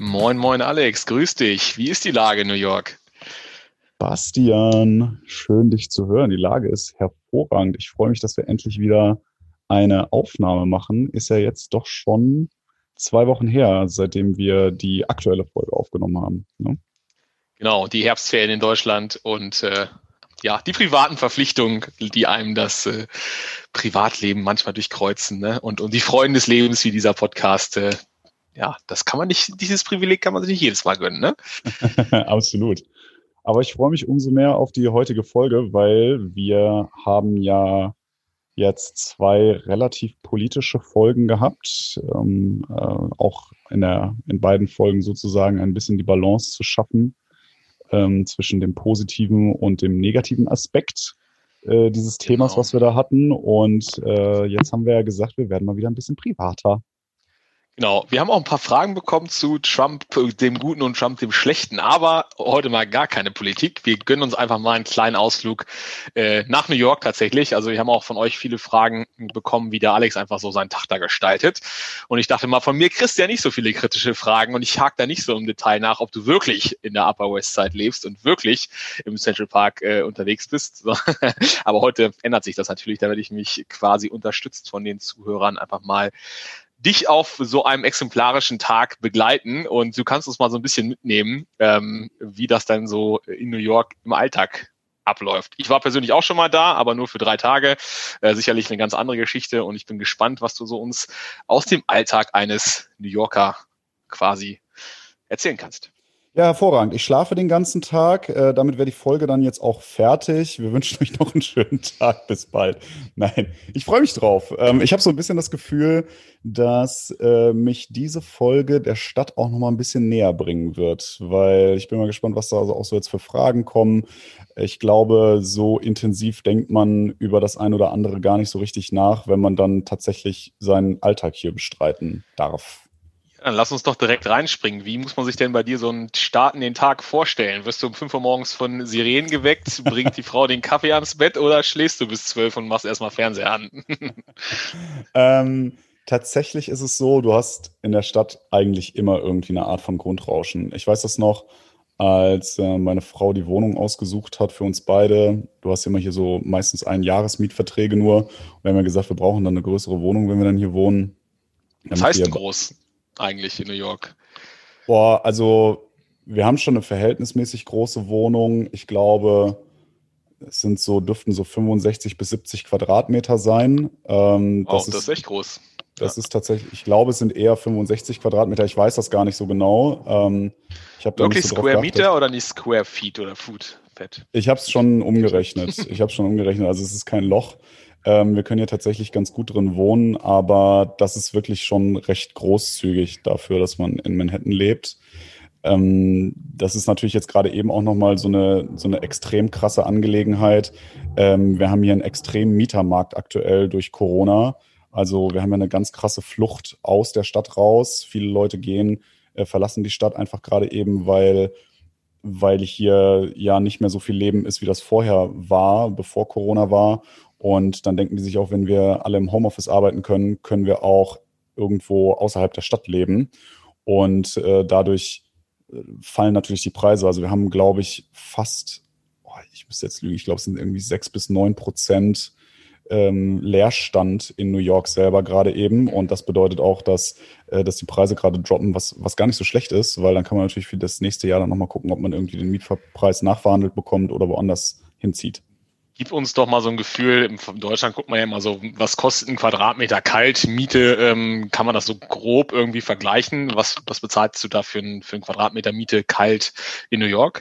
Moin, moin Alex, grüß dich. Wie ist die Lage in New York? Bastian, schön dich zu hören. Die Lage ist hervorragend. Ich freue mich, dass wir endlich wieder eine Aufnahme machen. Ist ja jetzt doch schon 2 Wochen her, seitdem wir die aktuelle Folge aufgenommen haben. Ne? Genau, die Herbstferien in Deutschland und ja, die privaten Verpflichtungen, die einem das Privatleben manchmal durchkreuzen, ne? Und die Freuden des Lebens wie dieser Podcast, ja, das kann man nicht, dieses Privileg kann man sich nicht jedes Mal gönnen, ne? Absolut. Aber ich freue mich umso mehr auf die heutige Folge, weil wir haben ja jetzt 2 relativ politische Folgen gehabt, auch in beiden Folgen sozusagen ein bisschen die Balance zu schaffen zwischen dem positiven und dem negativen Aspekt dieses Themas, Genau. was wir da hatten. Und jetzt haben wir ja gesagt, wir werden mal wieder ein bisschen privater. Genau, wir haben auch ein paar Fragen bekommen zu Trump dem Guten und Trump dem Schlechten, aber heute mal gar keine Politik. Wir gönnen uns einfach mal einen kleinen Ausflug nach New York tatsächlich. Also wir haben auch von euch viele Fragen bekommen, wie der Alex einfach so seinen Tag da gestaltet. Und ich dachte mal, von mir kriegst du ja nicht so viele kritische Fragen und ich hake da nicht so im Detail nach, ob du wirklich in der Upper West Side lebst und wirklich im Central Park unterwegs bist. Aber heute ändert sich das natürlich, da werde ich mich quasi unterstützt von den Zuhörern einfach mal dich auf so einem exemplarischen Tag begleiten und du kannst uns mal so ein bisschen mitnehmen, wie das dann so in New York im Alltag abläuft. Ich war persönlich auch schon mal da, aber nur für 3 Tage. Sicherlich eine ganz andere Geschichte und ich bin gespannt, was du so uns aus dem Alltag eines New Yorker quasi erzählen kannst. Ja, hervorragend. Ich schlafe den ganzen Tag. Damit wäre die Folge dann jetzt auch fertig. Wir wünschen euch noch einen schönen Tag. Bis bald. Nein, ich freue mich drauf. Ich habe so ein bisschen das Gefühl, dass mich diese Folge der Stadt auch noch mal ein bisschen näher bringen wird, weil ich bin mal gespannt, was da also auch so jetzt für Fragen kommen. Ich glaube, so intensiv denkt man über das ein oder andere gar nicht so richtig nach, wenn man dann tatsächlich seinen Alltag hier bestreiten darf. Dann lass uns doch direkt reinspringen. Wie muss man sich denn bei dir so einen Start in den Tag vorstellen? Wirst du um 5 Uhr morgens von Sirenen geweckt, bringt die Frau den Kaffee ans Bett oder schläfst du bis 12 und machst erstmal Fernseher an? Ähm, Tatsächlich ist es so, du hast in der Stadt eigentlich immer irgendwie eine Art von Grundrauschen. Ich weiß das noch, als meine Frau die Wohnung ausgesucht hat für uns beide. Du hast immer hier so meistens Jahresmietverträge nur. Und wir haben ja gesagt, wir brauchen dann eine größere Wohnung, wenn wir dann hier wohnen. Was Damit heißt wir, denn groß eigentlich in New York? boah, also wir haben schon eine verhältnismäßig große Wohnung. Ich glaube, dürften so 65 bis 70 Quadratmeter sein. Wow, das ist echt groß. Ja. Das ist tatsächlich, ich glaube, es sind eher 65 Quadratmeter. Ich weiß das gar nicht so genau. Ich habe da nicht Wirklich so drauf Square geachtet. Meter oder nicht Square Feet oder Foot? Fett. Ich habe es schon umgerechnet. Ich habe es schon umgerechnet. Also es ist kein Loch. Wir können hier tatsächlich ganz gut drin wohnen, aber das ist wirklich schon recht großzügig dafür, dass man in Manhattan lebt. Das ist natürlich jetzt gerade eben auch nochmal so eine extrem krasse Angelegenheit. Wir haben hier einen extremen Mietermarkt aktuell durch Corona. Also wir haben ja eine ganz krasse Flucht aus der Stadt raus. Viele Leute verlassen die Stadt einfach gerade eben, weil hier ja nicht mehr so viel Leben ist, wie das vorher war, bevor Corona war. Und dann denken die sich auch, wenn wir alle im Homeoffice arbeiten können, können wir auch irgendwo außerhalb der Stadt leben. Und dadurch fallen natürlich die Preise. Also wir haben, glaube ich, ich müsste jetzt lügen, ich glaube, es sind irgendwie 6 bis 9% Leerstand in New York selber gerade eben. Und das bedeutet auch, dass die Preise gerade droppen, was gar nicht so schlecht ist, weil dann kann man natürlich für das nächste Jahr dann nochmal gucken, ob man irgendwie den Mietpreis nachverhandelt bekommt oder woanders hinzieht. Gib uns doch mal so ein Gefühl. In Deutschland guckt man ja immer so, was kostet ein Quadratmeter kalt? Miete, kann man das so grob irgendwie vergleichen? Was bezahlst du da für einen Quadratmeter Miete kalt in New York?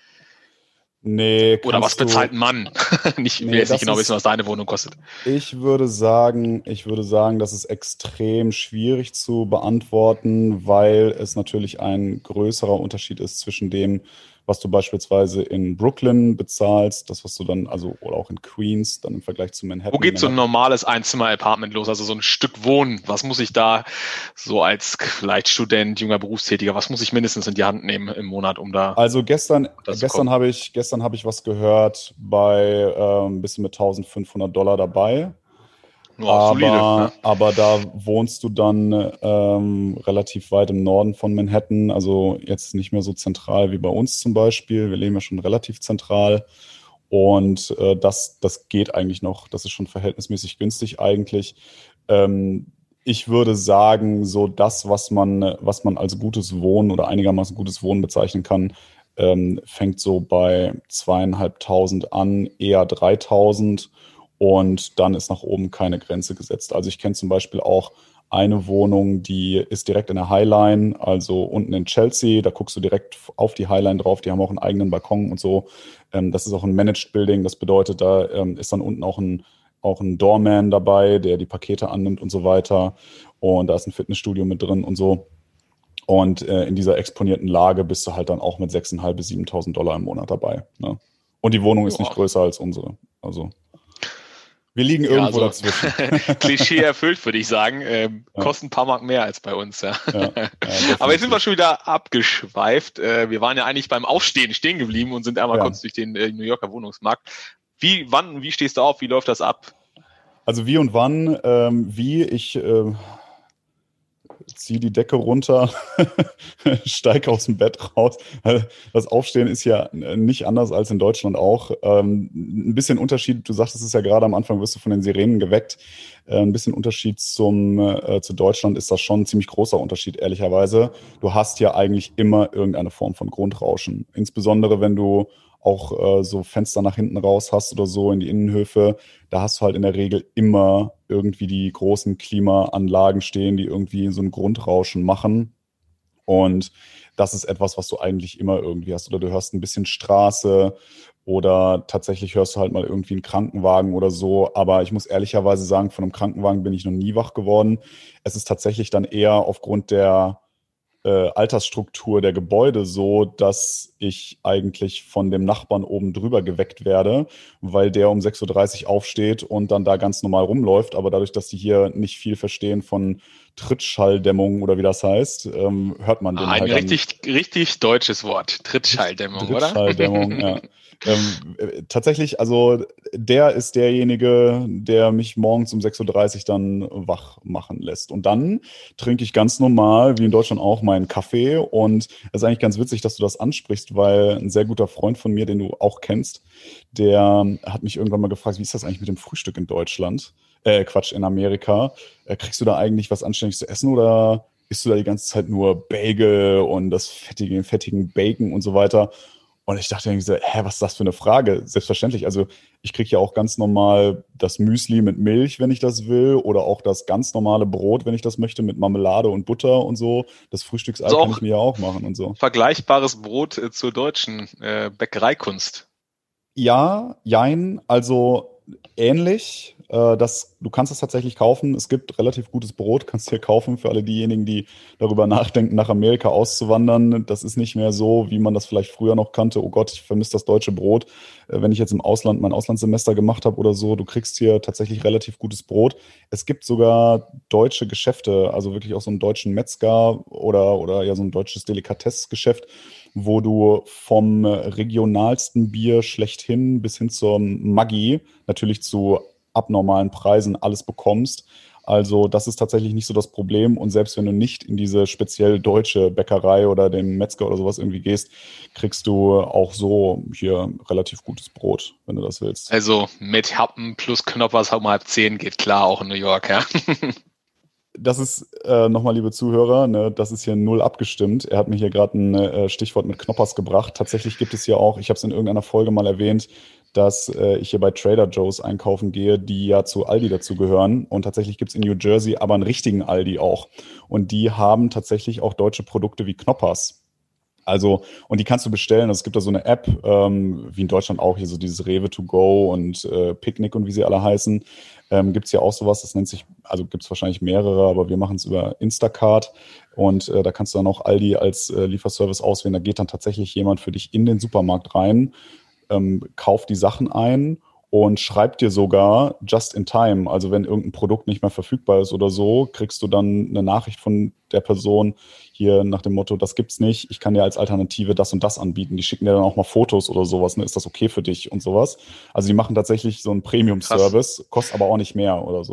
Nee, Oder was kannst bezahlt du. man? Ich will Nee, jetzt nicht das genau wissen, ist. was deine Wohnung kostet. Ich würde sagen, das ist extrem schwierig zu beantworten, weil es natürlich ein größerer Unterschied ist zwischen dem, was du beispielsweise in Brooklyn bezahlst, das, was du dann, also, oder auch in Queens, dann im Vergleich zu Wo Manhattan. geht so ein Manhattan. normales Einzimmer-Apartment los? Also so ein Stück Wohnen. Was muss ich da so als vielleicht Student, junger Berufstätiger, was muss ich mindestens in die Hand nehmen im Monat, um da Also runterzukommen? gestern habe ich was gehört bei ein bisschen mit $1.500 dabei. Ja, solide. Ja. Aber da wohnst du dann relativ weit im Norden von Manhattan, also jetzt nicht mehr so zentral wie bei uns zum Beispiel. Wir leben ja schon relativ zentral und das geht eigentlich noch. Das ist schon verhältnismäßig günstig eigentlich. Ich würde sagen, so das, was man als gutes Wohnen oder einigermaßen gutes Wohnen bezeichnen kann, fängt so bei 2.500 an, eher 3.000. Und dann ist nach oben keine Grenze gesetzt. Also ich kenne zum Beispiel auch eine Wohnung, die ist direkt in der Highline, also unten in Chelsea. Da guckst du direkt auf die Highline drauf. Die haben auch einen eigenen Balkon und so. Das ist auch ein Managed Building. Das bedeutet, da ist dann unten auch ein Doorman dabei, der die Pakete annimmt und so weiter. Und da ist ein Fitnessstudio mit drin und so. Und in dieser exponierten Lage bist du halt dann auch mit 6.500 bis 7.000 Dollar im Monat dabei. Ne? Und die Wohnung ist nicht größer als unsere. Also wir liegen irgendwo dazwischen. Klischee erfüllt, würde ich sagen. Kosten ein paar Mark mehr als bei uns. Ja. Aber jetzt sind wir schon wieder abgeschweift. Wir waren ja eigentlich beim Aufstehen stehen geblieben und sind einmal kurz durch den New Yorker Wohnungsmarkt. Wie stehst du auf? Wie läuft das ab? Also wie und wann? Ich ziehe die Decke runter, steige aus dem Bett raus. Das Aufstehen ist ja nicht anders als in Deutschland auch. Ein bisschen Unterschied, du sagtest es ja gerade am Anfang, wirst du von den Sirenen geweckt. Ein bisschen Unterschied zu Deutschland ist das schon ein ziemlich großer Unterschied, ehrlicherweise. Du hast ja eigentlich immer irgendeine Form von Grundrauschen. Insbesondere, wenn du auch so Fenster nach hinten raus hast oder so in die Innenhöfe, da hast du halt in der Regel immer irgendwie die großen Klimaanlagen stehen, die irgendwie so ein Grundrauschen machen. Und das ist etwas, was du eigentlich immer irgendwie hast. Oder du hörst ein bisschen Straße oder tatsächlich hörst du halt mal irgendwie einen Krankenwagen oder so. Aber ich muss ehrlicherweise sagen, von einem Krankenwagen bin ich noch nie wach geworden. Es ist tatsächlich dann eher aufgrund der Altersstruktur der Gebäude so, dass ich eigentlich von dem Nachbarn oben drüber geweckt werde, weil der um 6.30 Uhr aufsteht und dann da ganz normal rumläuft. Aber dadurch, dass die hier nicht viel verstehen von Trittschalldämmung oder wie das heißt, hört man den halt ein richtig deutsches Wort. Trittschalldämmung, oder? Trittschalldämmung, ja. Tatsächlich, also der ist derjenige, der mich morgens um 6.30 Uhr dann wach machen lässt. Und dann trinke ich ganz normal, wie in Deutschland auch, meinen Kaffee. Und es ist eigentlich ganz witzig, dass du das ansprichst, weil ein sehr guter Freund von mir, den du auch kennst, der hat mich irgendwann mal gefragt, wie ist das eigentlich mit dem Frühstück in Deutschland? In Amerika. Kriegst du da eigentlich was Anständiges zu essen oder isst du da die ganze Zeit nur Bagel und das fettigen Bacon und so weiter? Und ich dachte irgendwie so, was ist das für eine Frage? Selbstverständlich, also ich kriege ja auch ganz normal das Müsli mit Milch, wenn ich das will, oder auch das ganz normale Brot, wenn ich das möchte, mit Marmelade und Butter und so. Das Frühstücksei kann ich mir ja auch machen und so. Vergleichbares Brot zur deutschen Bäckereikunst. Ja, jein, also ähnlich. Du kannst es tatsächlich kaufen. Es gibt relativ gutes Brot, kannst du hier kaufen für alle diejenigen, die darüber nachdenken, nach Amerika auszuwandern. Das ist nicht mehr so, wie man das vielleicht früher noch kannte. Oh Gott, ich vermisse das deutsche Brot. Wenn ich jetzt im Ausland mein Auslandssemester gemacht habe oder so, du kriegst hier tatsächlich relativ gutes Brot. Es gibt sogar deutsche Geschäfte, also wirklich auch so einen deutschen Metzger oder ja so ein deutsches Delikatessgeschäft, wo du vom regionalsten Bier schlechthin bis hin zur Maggi natürlich zu abnormalen Preisen alles bekommst. Also das ist tatsächlich nicht so das Problem. Und selbst wenn du nicht in diese speziell deutsche Bäckerei oder den Metzger oder sowas irgendwie gehst, kriegst du auch so hier relativ gutes Brot, wenn du das willst. Also mit Happen plus Knoppers um 9:30 geht klar, auch in New York, ja. Das ist, nochmal, liebe Zuhörer, ne, das ist hier null abgestimmt. Er hat mir hier gerade ein Stichwort mit Knoppers gebracht. Tatsächlich gibt es hier auch, ich habe es in irgendeiner Folge mal erwähnt, dass ich hier bei Trader Joe's einkaufen gehe, die ja zu Aldi dazu gehören. Und tatsächlich gibt es in New Jersey aber einen richtigen Aldi auch. Und die haben tatsächlich auch deutsche Produkte wie Knoppers. Also, und die kannst du bestellen. Also es gibt da so eine App, wie in Deutschland auch, hier so dieses Rewe to go und Picknick und wie sie alle heißen. Gibt es ja auch sowas, das nennt sich, also gibt es wahrscheinlich mehrere, aber wir machen es über Instacart. Und da kannst du dann auch Aldi als Lieferservice auswählen. Da geht dann tatsächlich jemand für dich in den Supermarkt rein, kauft die Sachen ein und schreibt dir sogar just in time. Also wenn irgendein Produkt nicht mehr verfügbar ist oder so, kriegst du dann eine Nachricht von der Person hier nach dem Motto, das gibt's nicht, ich kann dir als Alternative das und das anbieten. Die schicken dir dann auch mal Fotos oder sowas, ne? Ist das okay für dich und sowas? Also die machen tatsächlich so einen Premium-Service, kostet aber auch nicht mehr oder so.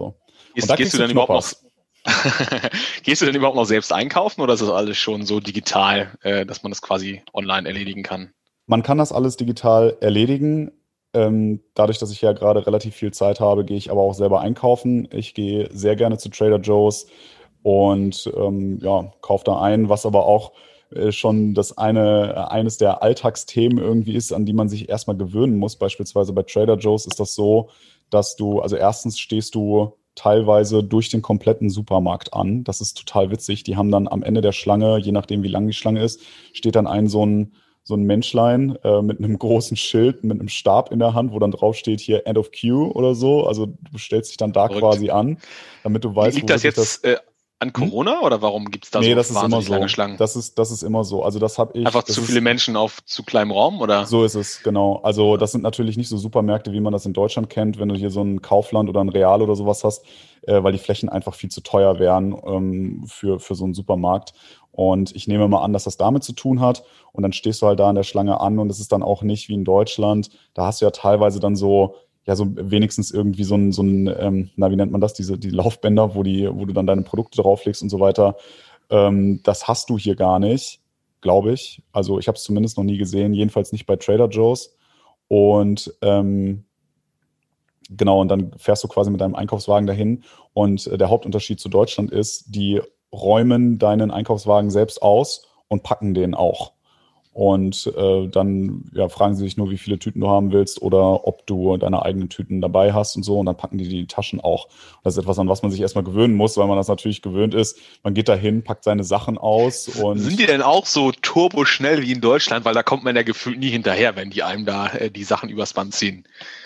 Und da Gehst du dann überhaupt noch Gehst du denn überhaupt noch selbst einkaufen oder ist das alles schon so digital, dass man das quasi online erledigen kann? Man kann das alles digital erledigen. Dadurch, dass ich ja gerade relativ viel Zeit habe, gehe ich aber auch selber einkaufen. Ich gehe sehr gerne zu Trader Joe's und ja, kaufe da ein, was aber auch schon eines der Alltagsthemen irgendwie ist, an die man sich erstmal gewöhnen muss. Beispielsweise bei Trader Joe's ist das so, dass also erstens stehst du teilweise durch den kompletten Supermarkt an. Das ist total witzig. Die haben dann am Ende der Schlange, je nachdem wie lang die Schlange ist, steht dann so ein Menschlein mit einem großen Schild, mit einem Stab in der Hand, wo dann drauf steht hier End of Queue oder so. Also du stellst dich dann da quasi an, damit du weißt, Liegt das jetzt an Corona oder warum gibt es da Nee, so das ist immer wahnsinnig so. lange Schlangen? Das ist immer so. Also das habe ich. Einfach das zu ist, viele Menschen auf zu kleinem Raum, oder? So ist es, genau. Also das sind natürlich nicht so Supermärkte, wie man das in Deutschland kennt, wenn du hier so ein Kaufland oder ein Real oder sowas hast, weil die Flächen einfach viel zu teuer wären für so einen Supermarkt. Und ich nehme mal an, dass das damit zu tun hat. Und dann stehst du halt da in der Schlange an und es ist dann auch nicht wie in Deutschland. Da hast du ja teilweise dann so wenigstens irgendwie so ein na, wie nennt man das, die Laufbänder, wo du dann deine Produkte drauflegst und so weiter. Das hast du hier gar nicht, glaube ich. Also ich habe es zumindest noch nie gesehen, jedenfalls nicht bei Trader Joe's. Und genau, und dann fährst du quasi mit deinem Einkaufswagen dahin. Und der Hauptunterschied zu Deutschland ist, die räumen deinen Einkaufswagen selbst aus und packen den auch. Und dann fragen sie sich nur, wie viele Tüten du haben willst oder ob du deine eigenen Tüten dabei hast und so. Und dann packen die Taschen auch. Das ist etwas, an was man sich erstmal gewöhnen muss, weil man das natürlich gewöhnt ist. Man geht da hin, packt seine Sachen aus. Und sind die denn auch so turboschnell wie in Deutschland? Weil da kommt man ja gefühlt nie hinterher, wenn die einem da die Sachen übers Band ziehen.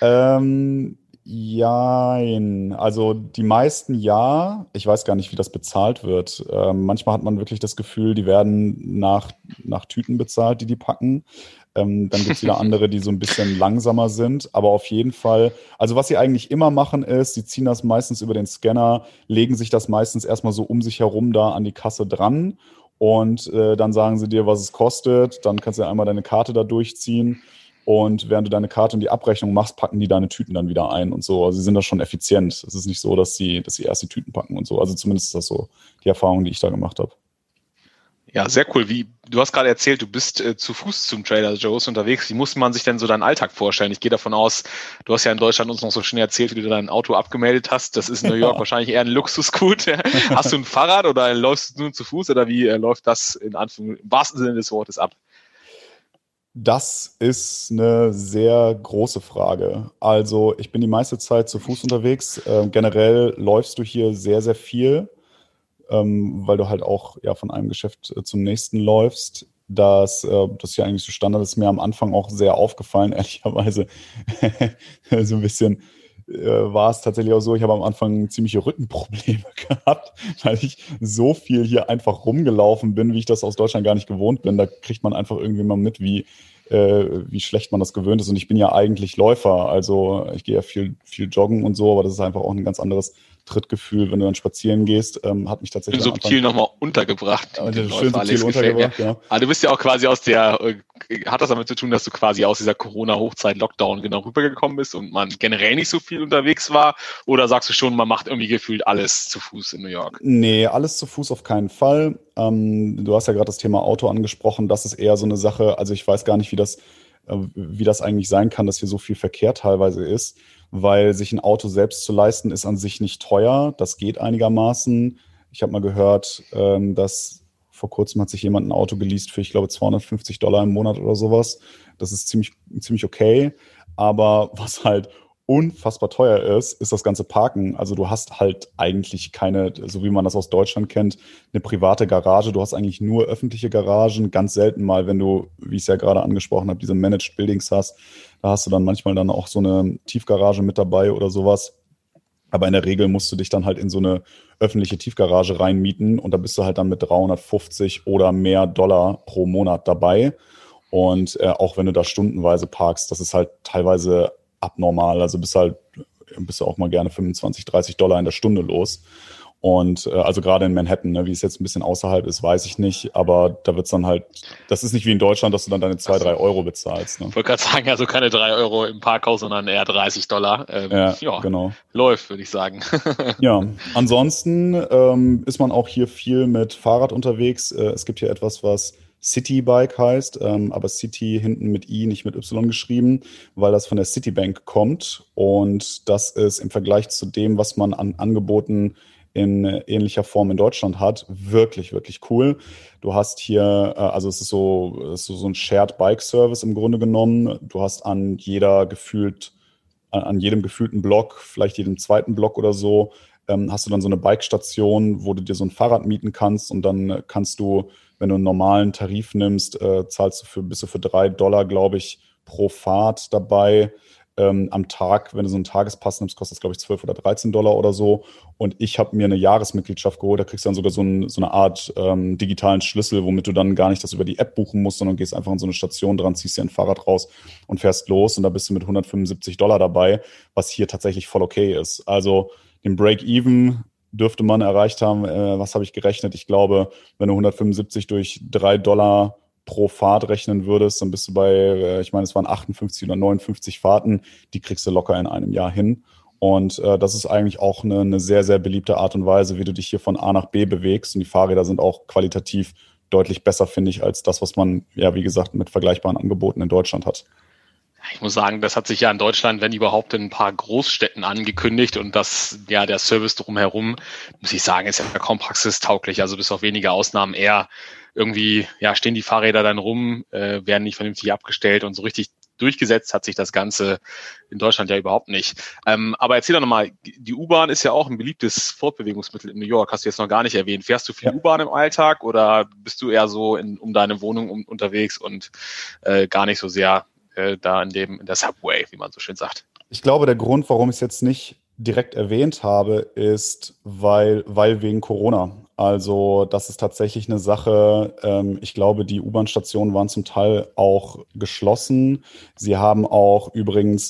Jein. Also die meisten ja. Ich weiß gar nicht, wie das bezahlt wird. Manchmal hat man wirklich das Gefühl, die werden nach Tüten bezahlt, die packen. Dann gibt es wieder andere, die so ein bisschen langsamer sind. Aber auf jeden Fall, also was sie eigentlich immer machen ist, sie ziehen das meistens über den Scanner, legen sich das meistens erstmal so um sich herum da an die Kasse dran und dann sagen sie dir, was es kostet. Dann kannst du einmal deine Karte da durchziehen. Und während du deine Karte und die Abrechnung machst, packen die deine Tüten dann wieder ein und so. Also sie sind da schon effizient. Es ist nicht so, dass sie erst die Tüten packen und so. Also zumindest ist das so die Erfahrung, die ich da gemacht habe. Ja, sehr cool. Du hast gerade erzählt, du bist zu Fuß zum Trader Joe's unterwegs. Wie muss man sich denn so deinen Alltag vorstellen? Ich gehe davon aus, du hast ja in Deutschland uns noch so schnell erzählt, wie du dein Auto abgemeldet hast. Das ist in New York wahrscheinlich eher ein Luxusgut. Hast du ein Fahrrad oder läufst du nur zu Fuß oder wie läuft das im wahrsten Sinne des Wortes ab? Das ist eine sehr große Frage. Also ich bin die meiste Zeit zu Fuß unterwegs. Generell läufst du hier sehr, sehr viel, weil du halt auch von einem Geschäft zum nächsten läufst. Das ja eigentlich so Standard ist, mir am Anfang auch sehr aufgefallen, ehrlicherweise. So ein bisschen war es tatsächlich auch so, ich habe am Anfang ziemliche Rückenprobleme gehabt, weil ich so viel hier einfach rumgelaufen bin, wie ich das aus Deutschland gar nicht gewohnt bin. Da kriegt man einfach irgendwie mal mit, wie schlecht man das gewöhnt ist. Und ich bin ja eigentlich Läufer, also ich gehe ja viel joggen und so, aber das ist einfach auch ein ganz anderes Trittgefühl, wenn du dann spazieren gehst, hat mich tatsächlich subtil nochmal untergebracht. Schön subtil untergebracht, ja. Aber du bist ja auch quasi hat das damit zu tun, dass du quasi aus dieser Corona-Hochzeit-Lockdown genau rübergekommen bist und man generell nicht so viel unterwegs war? Oder sagst du schon, man macht irgendwie gefühlt alles zu Fuß in New York? Nee, alles zu Fuß auf keinen Fall. Du hast ja gerade das Thema Auto angesprochen. Das ist eher so eine Sache, also ich weiß gar nicht, wie das eigentlich sein kann, dass hier so viel Verkehr teilweise ist, weil sich ein Auto selbst zu leisten, ist an sich nicht teuer. Das geht einigermaßen. Ich habe mal gehört, dass vor kurzem hat sich jemand ein Auto geleast für, ich glaube, $250 im Monat oder sowas. Das ist ziemlich okay. Aber was halt unfassbar teuer ist das ganze Parken. Also du hast halt eigentlich keine, so wie man das aus Deutschland kennt, eine private Garage. Du hast eigentlich nur öffentliche Garagen. Ganz selten mal, wenn du, wie ich es ja gerade angesprochen habe, diese Managed Buildings hast, da hast du dann manchmal dann auch so eine Tiefgarage mit dabei oder sowas. Aber in der Regel musst du dich dann halt in so eine öffentliche Tiefgarage reinmieten und da bist du halt dann mit 350 oder mehr Dollar pro Monat dabei. Und auch wenn du da stundenweise parkst, das ist halt teilweise abnormal. Also bist du auch mal gerne $25, $30 in der Stunde los. Und also gerade in Manhattan, ne, wie es jetzt ein bisschen außerhalb ist, weiß ich nicht, aber da wird's dann halt, das ist nicht wie in Deutschland, dass du dann deine 2, 3 Euro bezahlst. Ne? Ich wollte gerade sagen, also keine 3 Euro im Parkhaus, sondern eher $30. Ja, Ja, genau. läuft, würde ich sagen. Ja, ansonsten ist man auch hier viel mit Fahrrad unterwegs. Es gibt hier etwas, was Citybike heißt, aber City hinten mit I, nicht mit Y geschrieben, weil das von der Citibank kommt. Und das ist im Vergleich zu dem, was man an Angeboten in ähnlicher Form in Deutschland hat, wirklich, wirklich cool. Du hast hier, also es ist so ein Shared Bike Service im Grunde genommen. Du hast an jedem gefühlten Block, vielleicht jedem zweiten Block oder so, hast du dann so eine Bike-Station, wo du dir so ein Fahrrad mieten kannst und dann kannst du, wenn du einen normalen Tarif nimmst, bist du für $3, glaube ich, pro Fahrt dabei. Am Tag, wenn du so einen Tagespass nimmst, kostet das, glaube ich, $12 oder $13 oder so. Und ich habe mir eine Jahresmitgliedschaft geholt. Da kriegst du dann sogar so eine Art digitalen Schlüssel, womit du dann gar nicht das über die App buchen musst, sondern gehst einfach in so eine Station dran, ziehst dir ein Fahrrad raus und fährst los. Und da bist du mit $175 dabei, was hier tatsächlich voll okay ist. Also den Break-Even dürfte man erreicht haben. Was habe ich gerechnet? Ich glaube, wenn du 175 durch $3 pro Fahrt rechnen würdest, dann bist du bei, ich meine, es waren 58 oder 59 Fahrten, die kriegst du locker in einem Jahr hin. Und das ist eigentlich auch eine sehr, sehr beliebte Art und Weise, wie du dich hier von A nach B bewegst. Und die Fahrräder sind auch qualitativ deutlich besser, finde ich, als das, was man, ja, wie gesagt, mit vergleichbaren Angeboten in Deutschland hat. Ich muss sagen, das hat sich ja in Deutschland, wenn überhaupt, in ein paar Großstädten angekündigt und das, ja, der Service drumherum, muss ich sagen, ist ja kaum praxistauglich. Also bis auf wenige Ausnahmen eher irgendwie, ja, stehen die Fahrräder dann rum, werden nicht vernünftig abgestellt und so richtig durchgesetzt hat sich das Ganze in Deutschland ja überhaupt nicht. Aber erzähl doch nochmal, die U-Bahn ist ja auch ein beliebtes Fortbewegungsmittel in New York, hast du jetzt noch gar nicht erwähnt. Fährst du viel U-Bahn im Alltag oder bist du eher so um deine Wohnung unterwegs und gar nicht so sehr da in der Subway, wie man so schön sagt? Ich glaube, der Grund, warum ich es jetzt nicht direkt erwähnt habe, ist, weil wegen Corona. Also das ist tatsächlich eine Sache. Ich glaube, die U-Bahn-Stationen waren zum Teil auch geschlossen. Sie haben auch übrigens,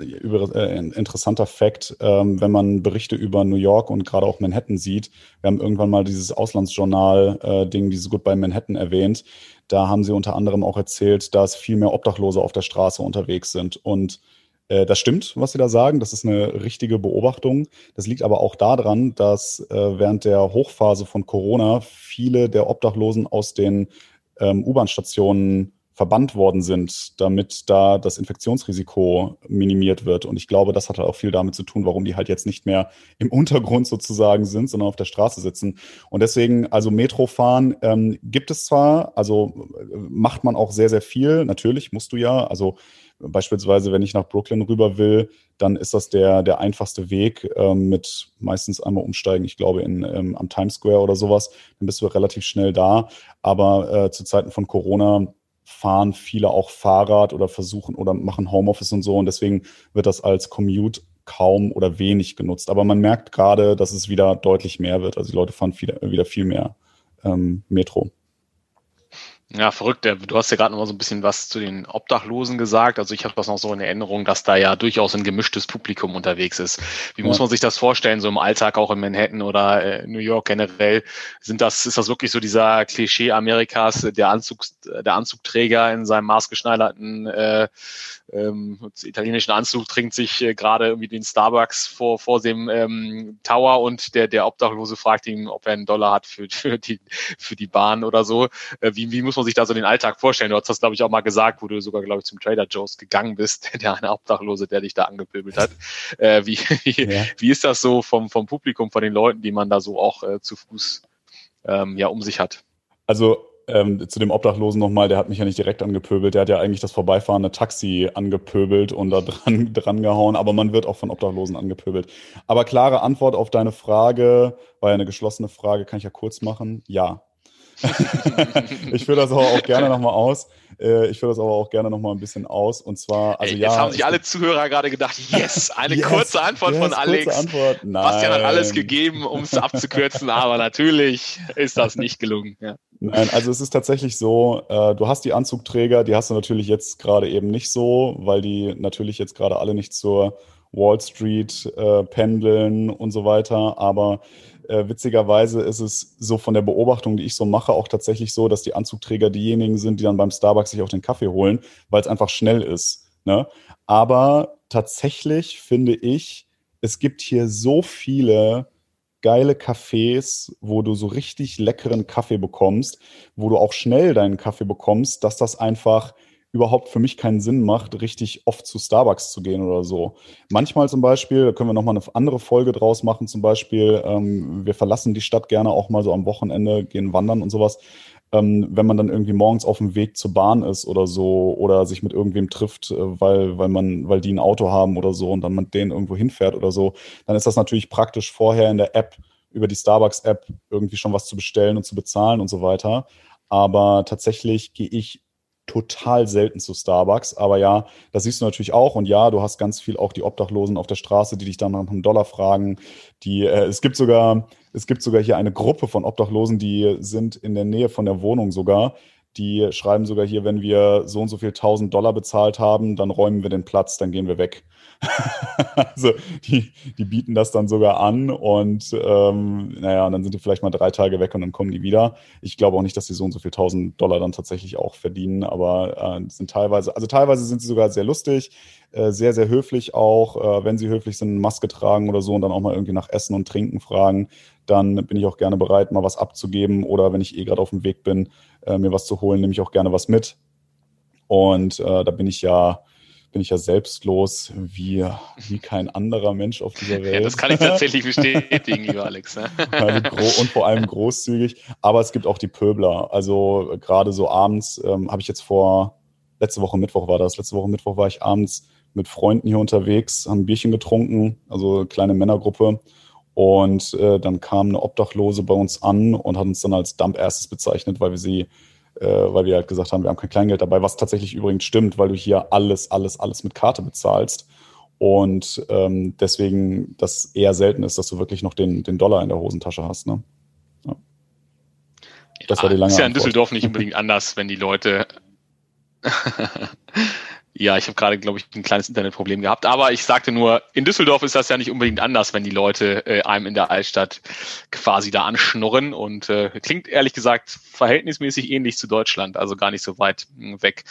interessanter Fakt, wenn man Berichte über New York und gerade auch Manhattan sieht, wir haben irgendwann mal dieses Auslandsjournal-Ding, dieses Goodbye Manhattan erwähnt. Da haben sie unter anderem auch erzählt, dass viel mehr Obdachlose auf der Straße unterwegs sind. Und das stimmt, was Sie da sagen. Das ist eine richtige Beobachtung. Das liegt aber auch daran, dass während der Hochphase von Corona viele der Obdachlosen aus den U-Bahn-Stationen verbannt worden sind, damit da das Infektionsrisiko minimiert wird. Und ich glaube, das hat halt auch viel damit zu tun, warum die halt jetzt nicht mehr im Untergrund sozusagen sind, sondern auf der Straße sitzen. Und deswegen, also Metrofahren gibt es zwar, also macht man auch sehr, sehr viel. Natürlich musst du ja, also beispielsweise, wenn ich nach Brooklyn rüber will, dann ist das der einfachste Weg mit meistens einmal umsteigen, ich glaube, am Times Square oder sowas. Dann bist du relativ schnell da. Aber zu Zeiten von Corona fahren viele auch Fahrrad oder versuchen oder machen Homeoffice und so. Und deswegen wird das als Commute kaum oder wenig genutzt. Aber man merkt gerade, dass es wieder deutlich mehr wird. Also die Leute fahren wieder viel mehr Metro. Ja, verrückt. Du hast ja gerade noch mal so ein bisschen was zu den Obdachlosen gesagt. Also ich habe das noch so in Erinnerung, dass da ja durchaus ein gemischtes Publikum unterwegs ist. Wie muss man sich das vorstellen, so im Alltag auch in Manhattan oder New York generell? Ist das wirklich so dieser Klischee Amerikas, der Anzugträger in seinem maßgeschneiderten italienischen Anzug trinkt sich gerade irgendwie den Starbucks vor dem Tower und der Obdachlose fragt ihn, ob er einen Dollar hat für die Bahn oder so. Wie muss man sich da so den Alltag vorstellen? Du hast das, glaube ich, auch mal gesagt, wo du sogar, glaube ich, zum Trader Joe's gegangen bist, der eine Obdachlose, der dich da angepöbelt hat. Wie ist das so vom Publikum, von den Leuten, die man da so auch zu Fuß um sich hat? Also zu dem Obdachlosen nochmal, der hat mich ja nicht direkt angepöbelt, der hat ja eigentlich das vorbeifahrende Taxi angepöbelt und da dran gehauen, aber man wird auch von Obdachlosen angepöbelt. Aber klare Antwort auf deine Frage, war ja eine geschlossene Frage, kann ich ja kurz machen, ja. Ich führe das aber auch gerne nochmal aus. Ein bisschen aus. Und zwar, also jetzt haben sich alle Zuhörer gerade gedacht, yes, kurze Antwort von Alex. Kurze Antwort. Nein. Bastian hat alles gegeben, um es abzukürzen, aber natürlich ist das nicht gelungen. Ja. Nein, also es ist tatsächlich so, du hast die Anzugträger, die hast du natürlich jetzt gerade eben nicht so, weil die natürlich jetzt gerade alle nicht zur Wall Street pendeln und so weiter, aber witzigerweise ist es so von der Beobachtung, die ich so mache, auch tatsächlich so, dass die Anzugträger diejenigen sind, die dann beim Starbucks sich auch den Kaffee holen, weil es einfach schnell ist. Ne? Aber tatsächlich finde ich, es gibt hier so viele geile Cafés, wo du so richtig leckeren Kaffee bekommst, wo du auch schnell deinen Kaffee bekommst, dass das einfach überhaupt für mich keinen Sinn macht, richtig oft zu Starbucks zu gehen oder so. Manchmal zum Beispiel, da können wir nochmal eine andere Folge draus machen, zum Beispiel, wir verlassen die Stadt gerne auch mal so am Wochenende, gehen wandern und sowas. Wenn man dann irgendwie morgens auf dem Weg zur Bahn ist oder so oder sich mit irgendwem trifft, weil die ein Auto haben oder so und dann mit denen irgendwo hinfährt oder so, dann ist das natürlich praktisch vorher in der App, über die Starbucks-App irgendwie schon was zu bestellen und zu bezahlen und so weiter. Aber tatsächlich gehe ich total selten zu Starbucks. Aber ja, das siehst du natürlich auch. Und ja, du hast ganz viel auch die Obdachlosen auf der Straße, die dich dann nach einem Dollar fragen. Es gibt sogar hier eine Gruppe von Obdachlosen, die sind in der Nähe von der Wohnung sogar. Die schreiben sogar hier, wenn wir so und so viel 1.000 $ bezahlt haben, dann räumen wir den Platz, dann gehen wir weg. Also die bieten das dann sogar an und naja, und dann sind die vielleicht mal 3 Tage weg und dann kommen die wieder. Ich glaube auch nicht, dass sie so und so viel 1.000 $ dann tatsächlich auch verdienen, aber sind teilweise sind sie sogar sehr lustig, sehr, sehr höflich auch. Wenn sie höflich sind, eine Maske tragen oder so und dann auch mal irgendwie nach Essen und Trinken fragen, dann bin ich auch gerne bereit, mal was abzugeben oder wenn ich gerade auf dem Weg bin, mir was zu holen, nehme ich auch gerne was mit. Und da bin ich ja selbstlos wie kein anderer Mensch auf dieser Welt. Ja, das kann ich tatsächlich bestätigen, lieber Alex. Ne? Und vor allem großzügig. Aber es gibt auch die Pöbler. Also gerade so abends habe ich jetzt letzte Woche Mittwoch war ich abends mit Freunden hier unterwegs, haben ein Bierchen getrunken, also eine kleine Männergruppe. Und dann kam eine Obdachlose bei uns an und hat uns dann als Dump-Asses bezeichnet, weil wir halt gesagt haben, wir haben kein Kleingeld dabei, was tatsächlich übrigens stimmt, weil du hier alles mit Karte bezahlst und deswegen das eher selten ist, dass du wirklich noch den Dollar in der Hosentasche hast. Ne? Ja. Das war die lange ist ja in Antwort. Düsseldorf nicht unbedingt anders, wenn die Leute... Ja, ich habe gerade, glaube ich, ein kleines Internetproblem gehabt. Aber ich sagte nur, in Düsseldorf ist das ja nicht unbedingt anders, wenn die Leute einem in der Altstadt quasi da anschnurren. Und klingt ehrlich gesagt verhältnismäßig ähnlich zu Deutschland, also gar nicht so weit weg.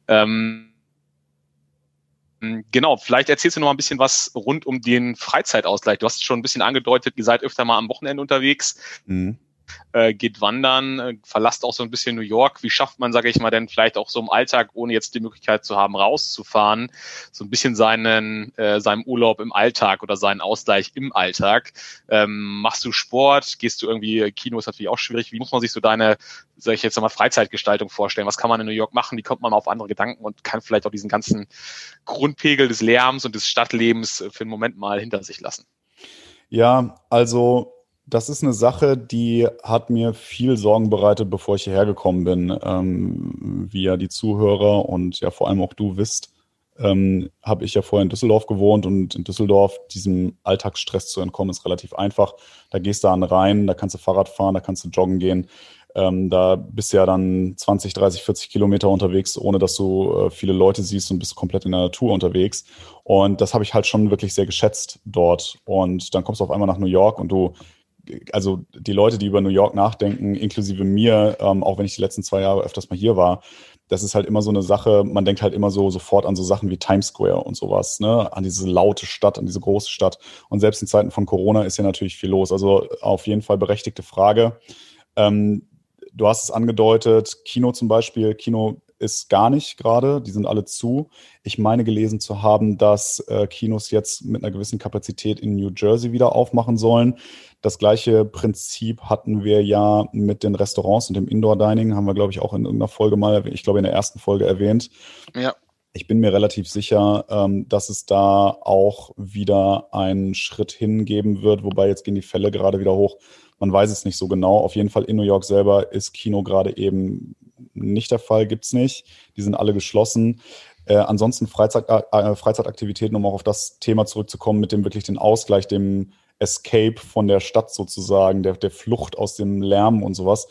Genau, vielleicht erzählst du noch mal ein bisschen was rund um den Freizeitausgleich. Du hast es schon ein bisschen angedeutet, ihr seid öfter mal am Wochenende unterwegs. Mhm. Geht wandern, verlasst auch so ein bisschen New York. Wie schafft man, sage ich mal, denn vielleicht auch so im Alltag, ohne jetzt die Möglichkeit zu haben, rauszufahren, so ein bisschen seinem Urlaub im Alltag oder seinen Ausgleich im Alltag? Machst du Sport? Gehst du irgendwie, Kino ist natürlich auch schwierig. Wie muss man sich so deine, sage ich jetzt mal, Freizeitgestaltung vorstellen? Was kann man in New York machen? Wie kommt man auf andere Gedanken und kann vielleicht auch diesen ganzen Grundpegel des Lärms und des Stadtlebens für einen Moment mal hinter sich lassen? Ja, also das ist eine Sache, die hat mir viel Sorgen bereitet, bevor ich hierher gekommen bin. Wie ja die Zuhörer und ja vor allem auch du wisst, habe ich ja vorher in Düsseldorf gewohnt und in Düsseldorf diesem Alltagsstress zu entkommen ist relativ einfach. Da gehst du an den Rhein, da kannst du Fahrrad fahren, da kannst du joggen gehen. Da bist du ja dann 20, 30, 40 Kilometer unterwegs, ohne dass du viele Leute siehst und bist komplett in der Natur unterwegs. Und das habe ich halt schon wirklich sehr geschätzt dort. Und dann kommst du auf einmal nach New York und also die Leute, die über New York nachdenken, inklusive mir, auch wenn ich die letzten 2 Jahre öfters mal hier war, das ist halt immer so eine Sache, man denkt halt immer so sofort an so Sachen wie Times Square und sowas, ne? An diese laute Stadt, an diese große Stadt. Und selbst in Zeiten von Corona ist ja natürlich viel los. Also auf jeden Fall berechtigte Frage. Du hast es angedeutet, Kino zum Beispiel. Kino ist gar nicht gerade, die sind alle zu. Ich meine gelesen zu haben, dass Kinos jetzt mit einer gewissen Kapazität in New Jersey wieder aufmachen sollen. Das gleiche Prinzip hatten wir ja mit den Restaurants und dem Indoor-Dining, haben wir, glaube ich, auch in irgendeiner Folge mal, ich glaube in der ersten Folge erwähnt. Ja. Ich bin mir relativ sicher, dass es da auch wieder einen Schritt hingeben wird, wobei jetzt gehen die Fälle gerade wieder hoch. Man weiß es nicht so genau. Auf jeden Fall in New York selber ist Kino gerade eben nicht der Fall, gibt's nicht. Die sind alle geschlossen. Ansonsten Freizeitaktivitäten, um auch auf das Thema zurückzukommen, mit dem wirklich den Ausgleich, dem Escape von der Stadt sozusagen, der Flucht aus dem Lärm und sowas.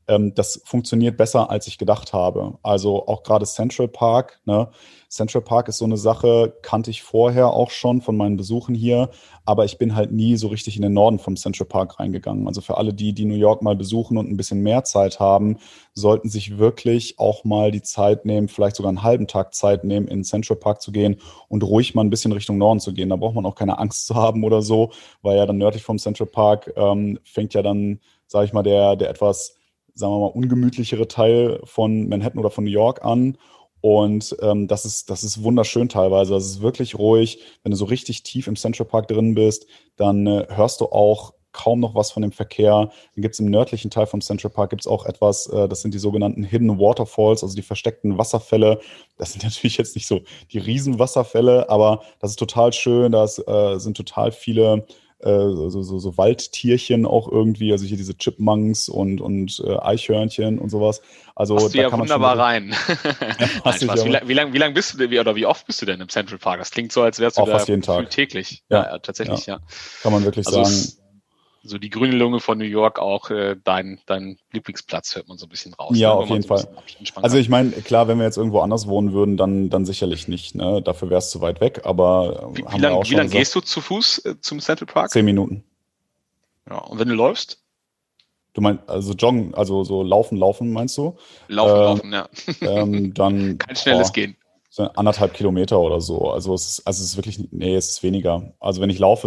Das funktioniert besser, als ich gedacht habe. Also auch gerade Central Park, ne? Central Park ist so eine Sache, kannte ich vorher auch schon von meinen Besuchen hier, aber ich bin halt nie so richtig in den Norden vom Central Park reingegangen. Also für alle die New York mal besuchen und ein bisschen mehr Zeit haben, sollten sich wirklich auch mal die Zeit nehmen, vielleicht sogar einen halben Tag Zeit nehmen, in den Central Park zu gehen und ruhig mal ein bisschen Richtung Norden zu gehen. Da braucht man auch keine Angst zu haben oder so, weil ja dann nördlich vom Central Park fängt ja dann, sage ich mal, der etwas, sagen wir mal, ungemütlichere Teil von Manhattan oder von New York an. Und das ist wunderschön teilweise. Das ist wirklich ruhig. Wenn du so richtig tief im Central Park drin bist, dann hörst du auch kaum noch was von dem Verkehr. Dann gibt es im nördlichen Teil vom Central Park gibt's auch etwas, das sind die sogenannten Hidden Waterfalls, also die versteckten Wasserfälle. Das sind natürlich jetzt nicht so die Riesenwasserfälle, aber das ist total schön. Da sind total viele so Waldtierchen auch irgendwie, also hier diese Chipmunks und Eichhörnchen und sowas. Also Passt du da ja kann man wunderbar schon rein. ja, Nein, Spaß. Wie lang bist du denn, oder wie oft bist du denn im Central Park? Das klingt so, als wärst du auch da fast jeden Tag. täglich. Ja, Ja, tatsächlich, ja. Kann man wirklich Also sagen. so die grüne Lunge von New York auch dein Lieblingsplatz, hört man so ein bisschen raus. Ja, Ne? auf jeden Fall. Entspannen Also kann. ich meine, klar, wenn wir jetzt irgendwo anders wohnen würden, dann sicherlich nicht. Ne? Dafür wäre es zu weit weg, aber Wie haben wir auch schon lang gesagt, gehst du zu Fuß zum Central Park? 10 Minuten. Ja, und wenn du läufst? Du meinst, also joggen, also so laufen, meinst du? Laufen, ja. Dann Kein schnelles Gehen. so 1,5 Kilometer oder so. Also es ist wirklich, nee, es ist weniger. Also wenn ich laufe,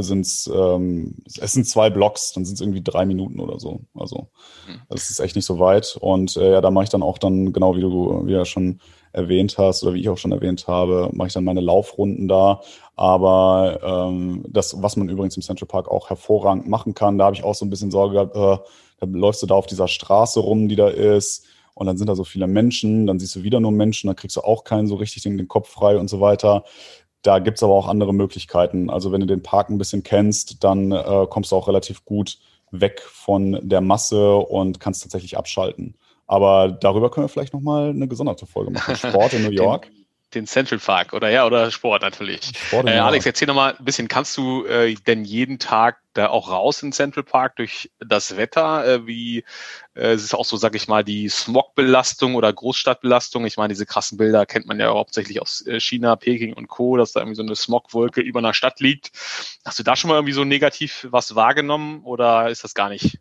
es sind 2 Blocks, dann sind es irgendwie 3 Minuten oder so. Also das ist echt nicht so weit. Und ja, da mache ich dann auch dann, genau wie du ja schon erwähnt hast oder wie ich auch schon erwähnt habe, mache ich dann meine Laufrunden da. Aber das, was man übrigens im Central Park auch hervorragend machen kann, da habe ich auch so ein bisschen Sorge gehabt, dann läufst du da auf dieser Straße rum, die da ist. Und dann sind da so viele Menschen, dann siehst du wieder nur Menschen, dann kriegst du auch keinen so richtig den Kopf frei und so weiter. Da gibt's aber auch andere Möglichkeiten. Also wenn du den Park ein bisschen kennst, dann kommst du auch relativ gut weg von der Masse und kannst tatsächlich abschalten. Aber darüber können wir vielleicht nochmal eine gesonderte Folge machen. Sport in New York. Den Central Park oder Sport natürlich. Sport in New York. Alex, erzähl nochmal ein bisschen, kannst du denn jeden Tag da auch raus in Central Park durch das Wetter? Wie es ist auch so, sag ich mal, die Smogbelastung oder Großstadtbelastung. Ich meine, diese krassen Bilder kennt man ja hauptsächlich aus China, Peking und Co., dass da irgendwie so eine Smogwolke über einer Stadt liegt. Hast du da schon mal irgendwie so negativ was wahrgenommen oder ist das gar nicht?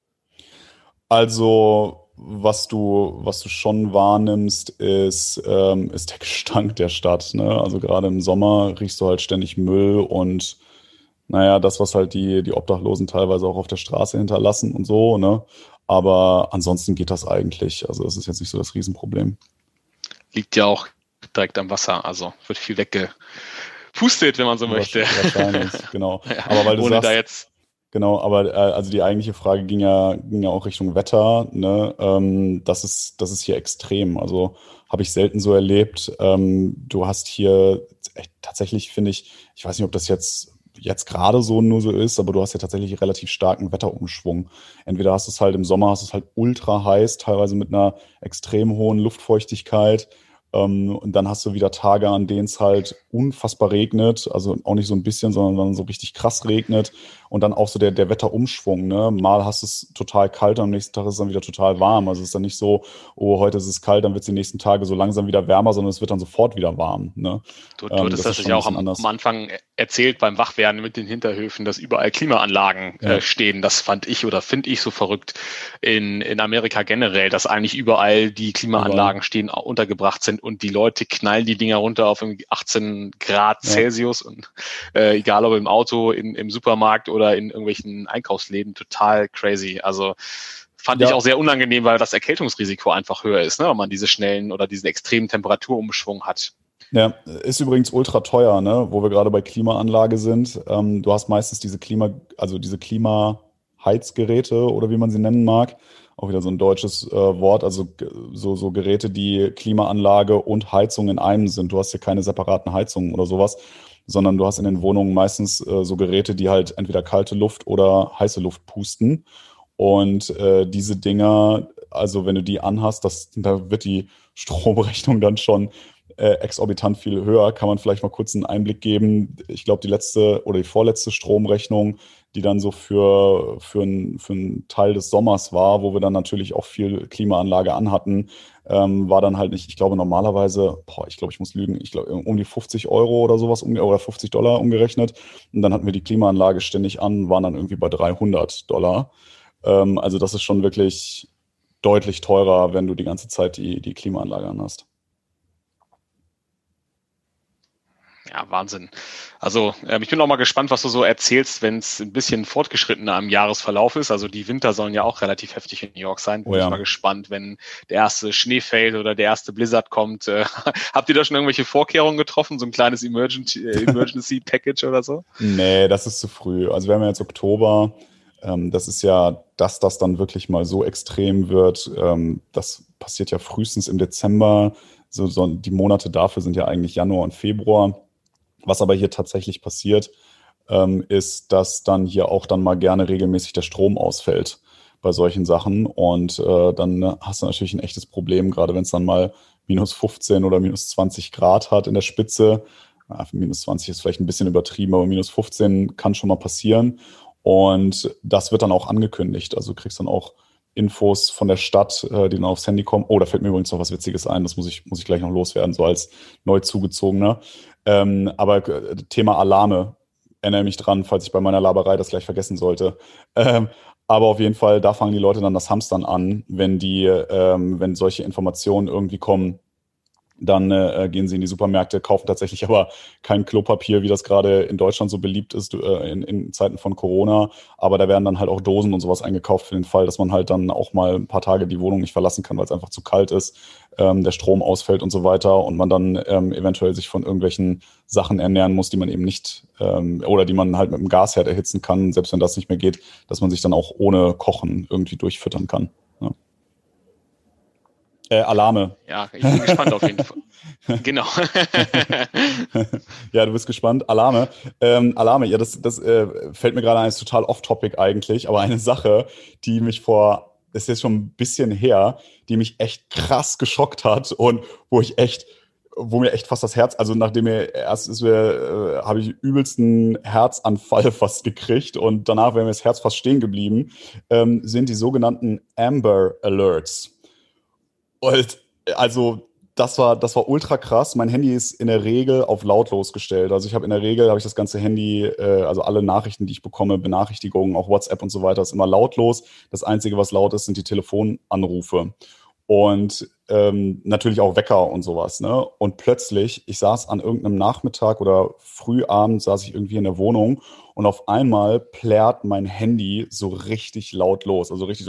Also, was du schon wahrnimmst, ist der Gestank der Stadt. Ne? Also gerade im Sommer riechst du halt ständig Müll und naja, das, was halt die Obdachlosen teilweise auch auf der Straße hinterlassen und so, ne? Aber ansonsten geht das eigentlich. Also das ist jetzt nicht so das Riesenproblem. Liegt ja auch direkt am Wasser, also wird viel weggepustet, wenn man so möchte. Wahrscheinlich, genau. Ja, Aber weil du ohne sagst, da jetzt. genau, aber also die eigentliche Frage ging ja auch Richtung Wetter, ne? Das ist hier extrem. Also habe ich selten so erlebt. Du hast hier echt, tatsächlich, finde ich weiß nicht, ob das jetzt gerade so nur so ist, aber du hast ja tatsächlich relativ starken Wetterumschwung. Entweder hast du es halt im Sommer, hast du es halt ultra heiß, teilweise mit einer extrem hohen Luftfeuchtigkeit. Und dann hast du wieder Tage, an denen es halt unfassbar regnet, also auch nicht so ein bisschen, sondern so richtig krass regnet. Und dann auch so der Wetterumschwung, ne? Mal hast du es total kalt, am nächsten Tag ist es dann wieder total warm. Also es ist dann nicht so, oh, heute ist es kalt, dann wird es die nächsten Tage so langsam wieder wärmer, sondern es wird dann sofort wieder warm. Ne? Du hattest das ja auch am Anfang erzählt beim Wachwerden mit den Hinterhöfen, dass überall Klimaanlagen stehen. Das finde ich so verrückt in Amerika generell, dass eigentlich überall die Klimaanlagen stehen, untergebracht sind und die Leute knallen die Dinger runter auf irgendwie 18 Grad Celsius und egal ob im Auto, im Supermarkt oder in irgendwelchen Einkaufsläden, total crazy. Also fand ich auch sehr unangenehm, weil das Erkältungsrisiko einfach höher ist, ne, wenn man diese schnellen oder diesen extremen Temperaturumschwung hat. Ja, ist übrigens ultra teuer, ne, wo wir gerade bei Klimaanlage sind. Du hast meistens diese Klimaheizgeräte oder wie man sie nennen mag. Auch wieder so ein deutsches Wort, also so Geräte, die Klimaanlage und Heizung in einem sind. Du hast hier keine separaten Heizungen oder sowas, sondern du hast in den Wohnungen meistens so Geräte, die halt entweder kalte Luft oder heiße Luft pusten. Und diese Dinger, also wenn du die anhast, da wird die Stromrechnung dann schon exorbitant viel höher. Kann man vielleicht mal kurz einen Einblick geben. Ich glaube, die letzte oder die vorletzte Stromrechnung, die dann so für einen Teil des Sommers war, wo wir dann natürlich auch viel Klimaanlage anhatten, war dann halt nicht, ich glaube normalerweise, ich muss lügen, ich glaube um die 50 Euro oder sowas, oder $50 umgerechnet. Und dann hatten wir die Klimaanlage ständig an, waren dann irgendwie bei $300. Also das ist schon wirklich deutlich teurer, wenn du die ganze Zeit die Klimaanlage an hast. Ja, Wahnsinn. Also ich bin auch mal gespannt, was du so erzählst, wenn es ein bisschen fortgeschrittener im Jahresverlauf ist. Also die Winter sollen ja auch relativ heftig in New York sein. Bin Oh ich ja. mal gespannt, wenn der erste Schnee fällt oder der erste Blizzard kommt. Habt ihr da schon irgendwelche Vorkehrungen getroffen? So ein kleines Emergency Package oder so? Nee, das ist zu früh. Also wir haben ja jetzt Oktober. Das ist ja, dass das dann wirklich mal so extrem wird. Das passiert ja frühestens im Dezember. Die Monate dafür sind ja eigentlich Januar und Februar. Was aber hier tatsächlich passiert, ist, dass dann hier auch dann mal gerne regelmäßig der Strom ausfällt bei solchen Sachen. Und dann hast du natürlich ein echtes Problem, gerade wenn es dann mal minus 15 oder minus 20 Grad hat in der Spitze. Minus 20 ist vielleicht ein bisschen übertrieben, aber minus 15 kann schon mal passieren. Und das wird dann auch angekündigt. Also du kriegst dann auch Infos von der Stadt, die dann aufs Handy kommen. Oh, da fällt mir übrigens noch was Witziges ein. Das muss ich gleich noch loswerden, so als neu zugezogener. Aber Thema Alarme, erinnere mich dran, falls ich bei meiner Laberei das gleich vergessen sollte. Aber auf jeden Fall, da fangen die Leute dann das Hamstern an, wenn solche Informationen irgendwie kommen. Dann gehen sie in die Supermärkte, kaufen tatsächlich aber kein Klopapier, wie das gerade in Deutschland so beliebt ist in Zeiten von Corona. Aber da werden dann halt auch Dosen und sowas eingekauft für den Fall, dass man halt dann auch mal ein paar Tage die Wohnung nicht verlassen kann, weil es einfach zu kalt ist, der Strom ausfällt und so weiter und man dann eventuell sich von irgendwelchen Sachen ernähren muss, die man eben nicht oder die man halt mit dem Gasherd erhitzen kann, selbst wenn das nicht mehr geht, dass man sich dann auch ohne Kochen irgendwie durchfüttern kann. Ja. Alarme. Ja, ich bin gespannt auf jeden Fall. Genau. Ja, du bist gespannt. Alarme. Alarme, ja, das fällt mir gerade ein, ist total off-topic eigentlich, aber eine Sache, die mich das ist jetzt schon ein bisschen her, die mich echt krass geschockt hat und wo mir echt fast das Herz, also nachdem habe ich übelsten Herzanfall fast gekriegt und danach wäre mir das Herz fast stehen geblieben, sind die sogenannten Amber Alerts. Und also das war ultra krass. Mein Handy ist in der Regel auf lautlos gestellt. Also habe ich das ganze Handy, also alle Nachrichten, die ich bekomme, Benachrichtigungen, auch WhatsApp und so weiter, ist immer lautlos. Das Einzige, was laut ist, sind die Telefonanrufe. Und natürlich auch Wecker und sowas. Ne? Und plötzlich, ich saß an irgendeinem Nachmittag oder Frühabend, saß ich irgendwie in der Wohnung und auf einmal plärt mein Handy so richtig laut los. Also richtig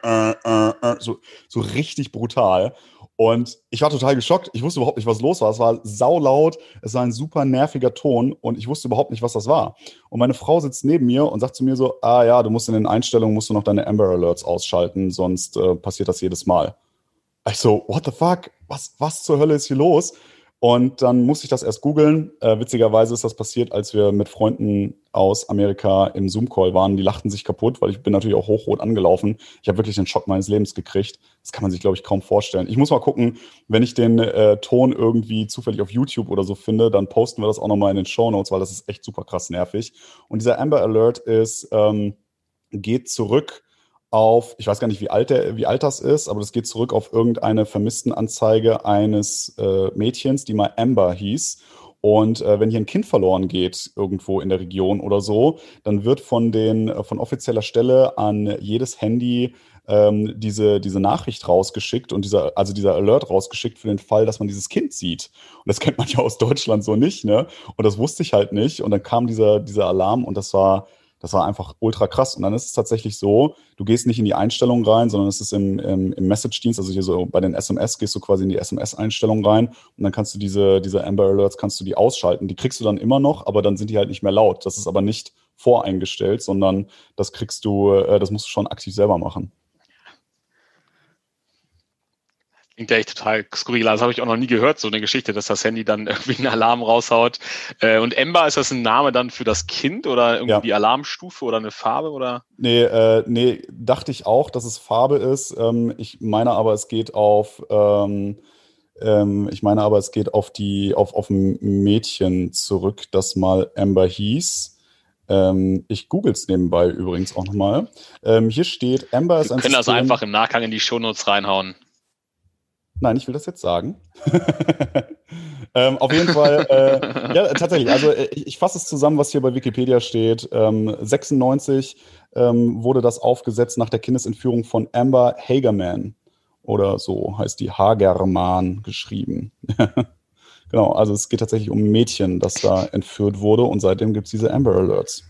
so richtig brutal. Und ich war total geschockt. Ich wusste überhaupt nicht, was los war. Es war saulaut, es war ein super nerviger Ton und ich wusste überhaupt nicht, was das war. Und meine Frau sitzt neben mir und sagt zu mir so, ja, du musst in den Einstellungen noch deine Amber Alerts ausschalten, sonst passiert das jedes Mal. Ich so, what the fuck? Was zur Hölle ist hier los? Und dann musste ich das erst googeln. Witzigerweise ist das passiert, als wir mit Freunden aus Amerika im Zoom-Call waren. Die lachten sich kaputt, weil ich bin natürlich auch hochrot angelaufen. Ich habe wirklich den Schock meines Lebens gekriegt. Das kann man sich, glaube ich, kaum vorstellen. Ich muss mal gucken, wenn ich den Ton irgendwie zufällig auf YouTube oder so finde, dann posten wir das auch nochmal in den Shownotes, weil das ist echt super krass nervig. Und dieser Amber Alert geht zurück auf, ich weiß gar nicht, wie alt das ist, aber das geht zurück auf irgendeine Vermisstenanzeige eines Mädchens, die mal Amber hieß. Und wenn hier ein Kind verloren geht, irgendwo in der Region oder so, dann wird von offizieller Stelle an jedes Handy diese Nachricht rausgeschickt und dieser Alert rausgeschickt für den Fall, dass man dieses Kind sieht. Und das kennt man ja aus Deutschland so nicht, ne? Und das wusste ich halt nicht. Und dann kam dieser Alarm und das war einfach ultra krass. Und dann ist es tatsächlich so, du gehst nicht in die Einstellung rein, sondern es ist im Message-Dienst, also hier so bei den SMS gehst du quasi in die SMS-Einstellung rein und dann kannst du diese Amber Alerts kannst du die ausschalten. Die kriegst du dann immer noch, aber dann sind die halt nicht mehr laut. Das ist aber nicht voreingestellt, sondern das musst du schon aktiv selber machen. Klingt ja echt total skurril. Das habe ich auch noch nie gehört, so eine Geschichte, dass das Handy dann irgendwie einen Alarm raushaut. Und Amber, ist das ein Name dann für das Kind oder irgendwie die Alarmstufe oder eine Farbe? Oder? Nee, dachte ich auch, dass es Farbe ist. Ich meine aber, es geht auf ein Mädchen zurück, das mal Amber hieß. Ich google es nebenbei übrigens auch nochmal. Hier steht, Amber ist Wir ein können das System. einfach im Nachgang in die Shownotes reinhauen. Nein, ich will das jetzt sagen. Auf jeden Fall, ja, tatsächlich. Also ich fasse es zusammen, was hier bei Wikipedia steht. 96 wurde das aufgesetzt nach der Kindesentführung von Amber Hagerman. Oder so heißt die Hagerman geschrieben. Genau, also es geht tatsächlich um ein Mädchen, das da entführt wurde und seitdem gibt es diese Amber Alerts.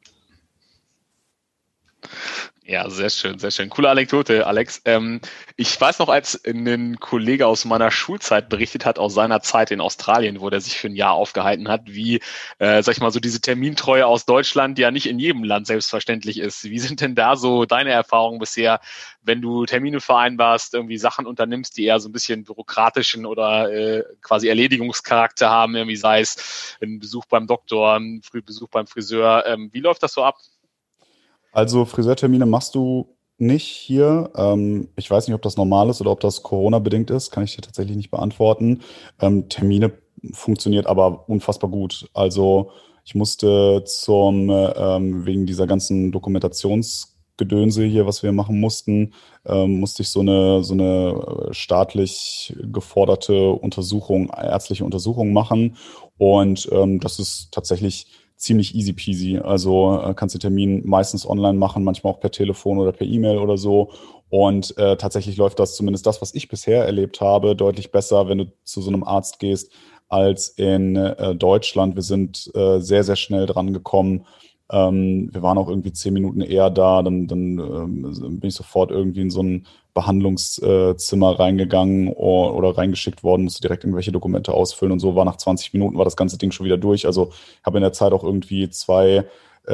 Ja, sehr schön, sehr schön. Coole Anekdote, Alex. Ich weiß noch, als ein Kollege aus meiner Schulzeit berichtet hat, aus seiner Zeit in Australien, wo der sich für ein Jahr aufgehalten hat, wie, sag ich mal, so diese Termintreue aus Deutschland, die ja nicht in jedem Land selbstverständlich ist. Wie sind denn da so deine Erfahrungen bisher, wenn du Termine vereinbarst, irgendwie Sachen unternimmst, die eher so ein bisschen bürokratischen oder quasi Erledigungscharakter haben, irgendwie sei es ein Besuch beim Doktor, ein Besuch beim Friseur. Wie läuft das so ab? Also Friseurtermine machst du nicht hier. Ich weiß nicht, ob das normal ist oder ob das Corona-bedingt ist, kann ich dir tatsächlich nicht beantworten. Termine funktioniert aber unfassbar gut. Also ich musste wegen dieser ganzen Dokumentationsgedönse hier, was wir machen mussten, musste ich so eine staatlich geforderte Untersuchung, ärztliche Untersuchung machen. Und das ist tatsächlich ziemlich easy peasy. Also kannst den Termin meistens online machen, manchmal auch per Telefon oder per E-Mail oder so. Und tatsächlich läuft das, zumindest das, was ich bisher erlebt habe, deutlich besser, wenn du zu so einem Arzt gehst, als in Deutschland. Wir sind sehr, sehr schnell dran gekommen. Wir waren auch irgendwie 10 Minuten eher da. Dann bin ich sofort irgendwie in so ein Behandlungszimmer reingegangen oder reingeschickt worden, musste direkt irgendwelche Dokumente ausfüllen und so. War nach 20 Minuten war das ganze Ding schon wieder durch. Also habe in der Zeit auch irgendwie 2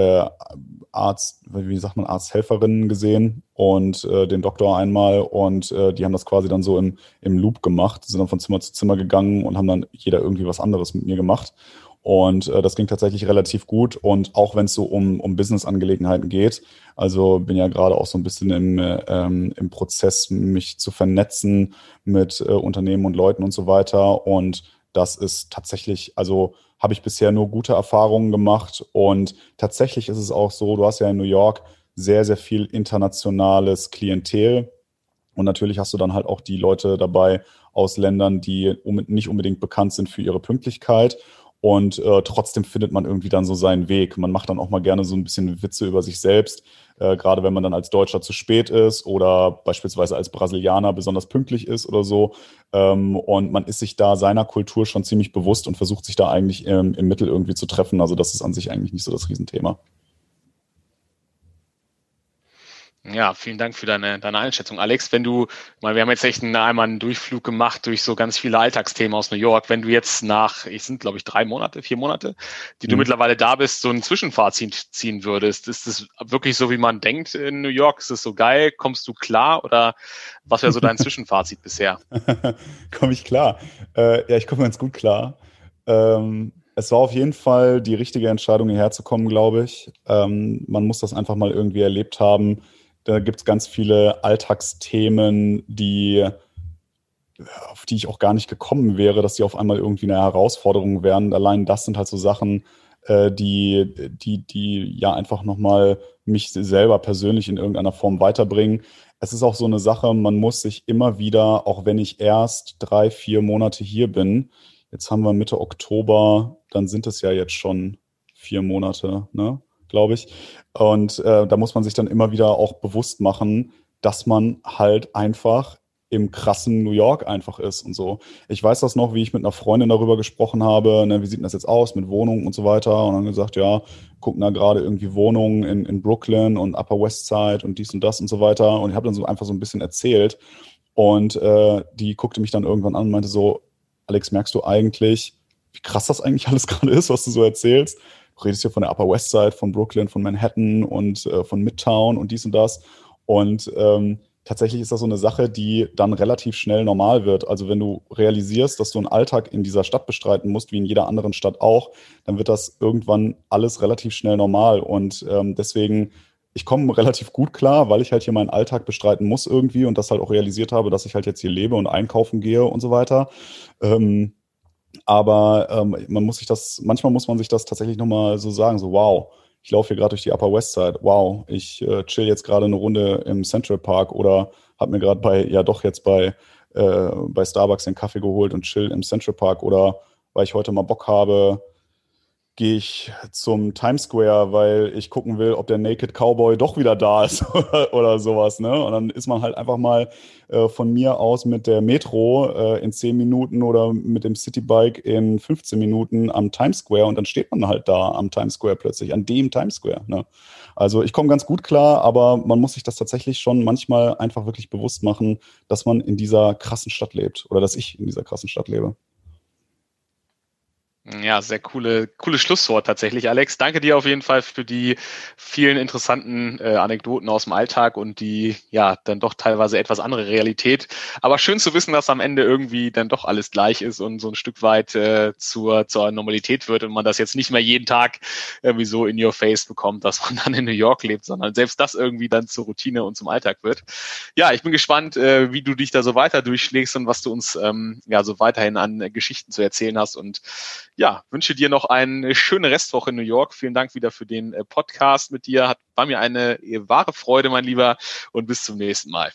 Arzthelferinnen gesehen und den Doktor einmal und die haben das quasi dann so im Loop gemacht, sind dann von Zimmer zu Zimmer gegangen und haben dann jeder irgendwie was anderes mit mir gemacht. Und das ging tatsächlich relativ gut. Und auch wenn es so um Business-Angelegenheiten geht, also bin ja gerade auch so ein bisschen im Prozess, mich zu vernetzen mit Unternehmen und Leuten und so weiter. Und das ist tatsächlich, also habe ich bisher nur gute Erfahrungen gemacht. Und tatsächlich ist es auch so, du hast ja in New York sehr, sehr viel internationales Klientel. Und natürlich hast du dann halt auch die Leute dabei aus Ländern, die nicht unbedingt bekannt sind für ihre Pünktlichkeit. Und trotzdem findet man irgendwie dann so seinen Weg. Man macht dann auch mal gerne so ein bisschen Witze über sich selbst, gerade wenn man dann als Deutscher zu spät ist oder beispielsweise als Brasilianer besonders pünktlich ist oder so. Und man ist sich da seiner Kultur schon ziemlich bewusst und versucht sich da eigentlich im Mittel irgendwie zu treffen. Also das ist an sich eigentlich nicht so das Riesenthema. Ja, vielen Dank für deine Einschätzung, Alex. Wenn du, mal, wir haben jetzt echt einmal einen Durchflug gemacht durch so ganz viele Alltagsthemen aus New York. Wenn du jetzt es sind, glaube ich, 4 Monate, die du mittlerweile da bist, so ein Zwischenfazit ziehen würdest, ist das wirklich so, wie man denkt in New York? Ist es so geil? Kommst du klar? Oder was wäre so dein Zwischenfazit bisher? Komme ich klar? Ja, ich komme ganz gut klar. Es war auf jeden Fall die richtige Entscheidung, hierher zu kommen, glaube ich. Man muss das einfach mal irgendwie erlebt haben. Da gibt es ganz viele Alltagsthemen, auf die ich auch gar nicht gekommen wäre, dass die auf einmal irgendwie eine Herausforderung wären. Allein das sind halt so Sachen, die ja einfach nochmal mich selber persönlich in irgendeiner Form weiterbringen. Es ist auch so eine Sache, man muss sich immer wieder, auch wenn ich erst 3, 4 Monate hier bin, jetzt haben wir Mitte Oktober, dann sind es ja jetzt schon 4 Monate, ne, glaube ich. Und da muss man sich dann immer wieder auch bewusst machen, dass man halt einfach im krassen New York einfach ist und so. Ich weiß das noch, wie ich mit einer Freundin darüber gesprochen habe, ne, wie sieht denn das jetzt aus mit Wohnungen und so weiter. Und dann gesagt, ja, gucken da gerade irgendwie Wohnungen in Brooklyn und Upper West Side und dies und das und so weiter. Und ich habe dann so einfach so ein bisschen erzählt. Und die guckte mich dann irgendwann an und meinte so, Alex, merkst du eigentlich, wie krass das eigentlich alles gerade ist, was du so erzählst? Du redest hier von der Upper West Side, von Brooklyn, von Manhattan und von Midtown und dies und das. Und tatsächlich ist das so eine Sache, die dann relativ schnell normal wird. Also wenn du realisierst, dass du einen Alltag in dieser Stadt bestreiten musst, wie in jeder anderen Stadt auch, dann wird das irgendwann alles relativ schnell normal. Und deswegen, ich komme relativ gut klar, weil ich halt hier meinen Alltag bestreiten muss irgendwie und das halt auch realisiert habe, dass ich halt jetzt hier lebe und einkaufen gehe und so weiter. Aber manchmal muss man sich das tatsächlich nochmal so sagen, so wow, ich laufe hier gerade durch die Upper West Side. Wow, ich chill jetzt gerade eine Runde im Central Park oder habe mir gerade bei Starbucks den Kaffee geholt und chill im Central Park oder weil ich heute mal Bock habe, gehe ich zum Times Square, weil ich gucken will, ob der Naked Cowboy doch wieder da ist oder sowas. Ne? Und dann ist man halt einfach mal von mir aus mit der Metro in 10 Minuten oder mit dem Citybike in 15 Minuten am Times Square und dann steht man halt da am Times Square plötzlich, an dem Times Square. Ne? Also ich komme ganz gut klar, aber man muss sich das tatsächlich schon manchmal einfach wirklich bewusst machen, dass man in dieser krassen Stadt lebt oder dass ich in dieser krassen Stadt lebe. Ja, sehr cooles Schlusswort tatsächlich, Alex. Danke dir auf jeden Fall für die vielen interessanten Anekdoten aus dem Alltag und die ja dann doch teilweise etwas andere Realität. Aber schön zu wissen, dass am Ende irgendwie dann doch alles gleich ist und so ein Stück weit zur Normalität wird und man das jetzt nicht mehr jeden Tag irgendwie so in your face bekommt, dass man dann in New York lebt, sondern selbst das irgendwie dann zur Routine und zum Alltag wird. Ja, ich bin gespannt, wie du dich da so weiter durchschlägst und was du uns ja so weiterhin an Geschichten zu erzählen hast und ja, wünsche dir noch eine schöne Restwoche in New York. Vielen Dank wieder für den Podcast mit dir. War mir eine wahre Freude, mein Lieber, und bis zum nächsten Mal.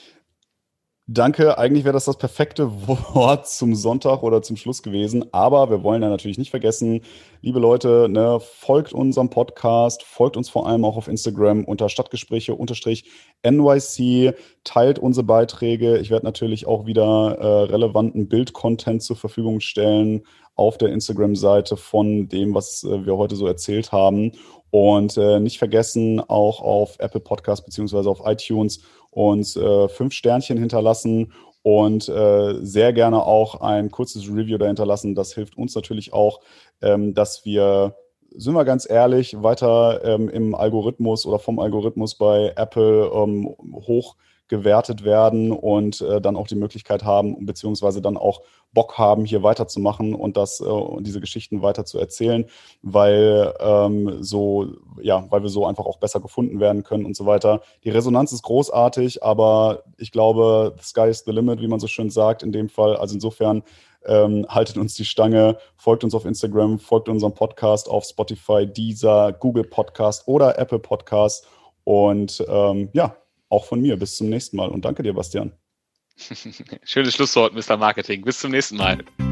Danke, eigentlich wäre das perfekte Wort zum Sonntag oder zum Schluss gewesen, aber wir wollen ja natürlich nicht vergessen, liebe Leute, ne, folgt unserem Podcast, folgt uns vor allem auch auf Instagram unter Stadtgespräche_NYC, teilt unsere Beiträge. Ich werde natürlich auch wieder relevanten Bildcontent zur Verfügung stellen auf der Instagram-Seite von dem, was wir heute so erzählt haben. Und nicht vergessen, auch auf Apple Podcast beziehungsweise auf iTunes uns 5 Sternchen hinterlassen und sehr gerne auch ein kurzes Review da hinterlassen. Das hilft uns natürlich auch, dass wir, sind wir ganz ehrlich, weiter im Algorithmus oder vom Algorithmus bei Apple hoch gewertet werden und dann auch die Möglichkeit haben, beziehungsweise dann auch Bock haben, hier weiterzumachen und diese Geschichten weiter zu erzählen, weil wir so einfach auch besser gefunden werden können und so weiter. Die Resonanz ist großartig, aber ich glaube, the sky is the limit, wie man so schön sagt in dem Fall. Also insofern haltet uns die Stange, folgt uns auf Instagram, folgt unserem Podcast auf Spotify, Deezer, Google Podcast oder Apple Podcast und auch von mir. Bis zum nächsten Mal und danke dir, Bastian. Schönes Schlusswort, Mr. Marketing. Bis zum nächsten Mal.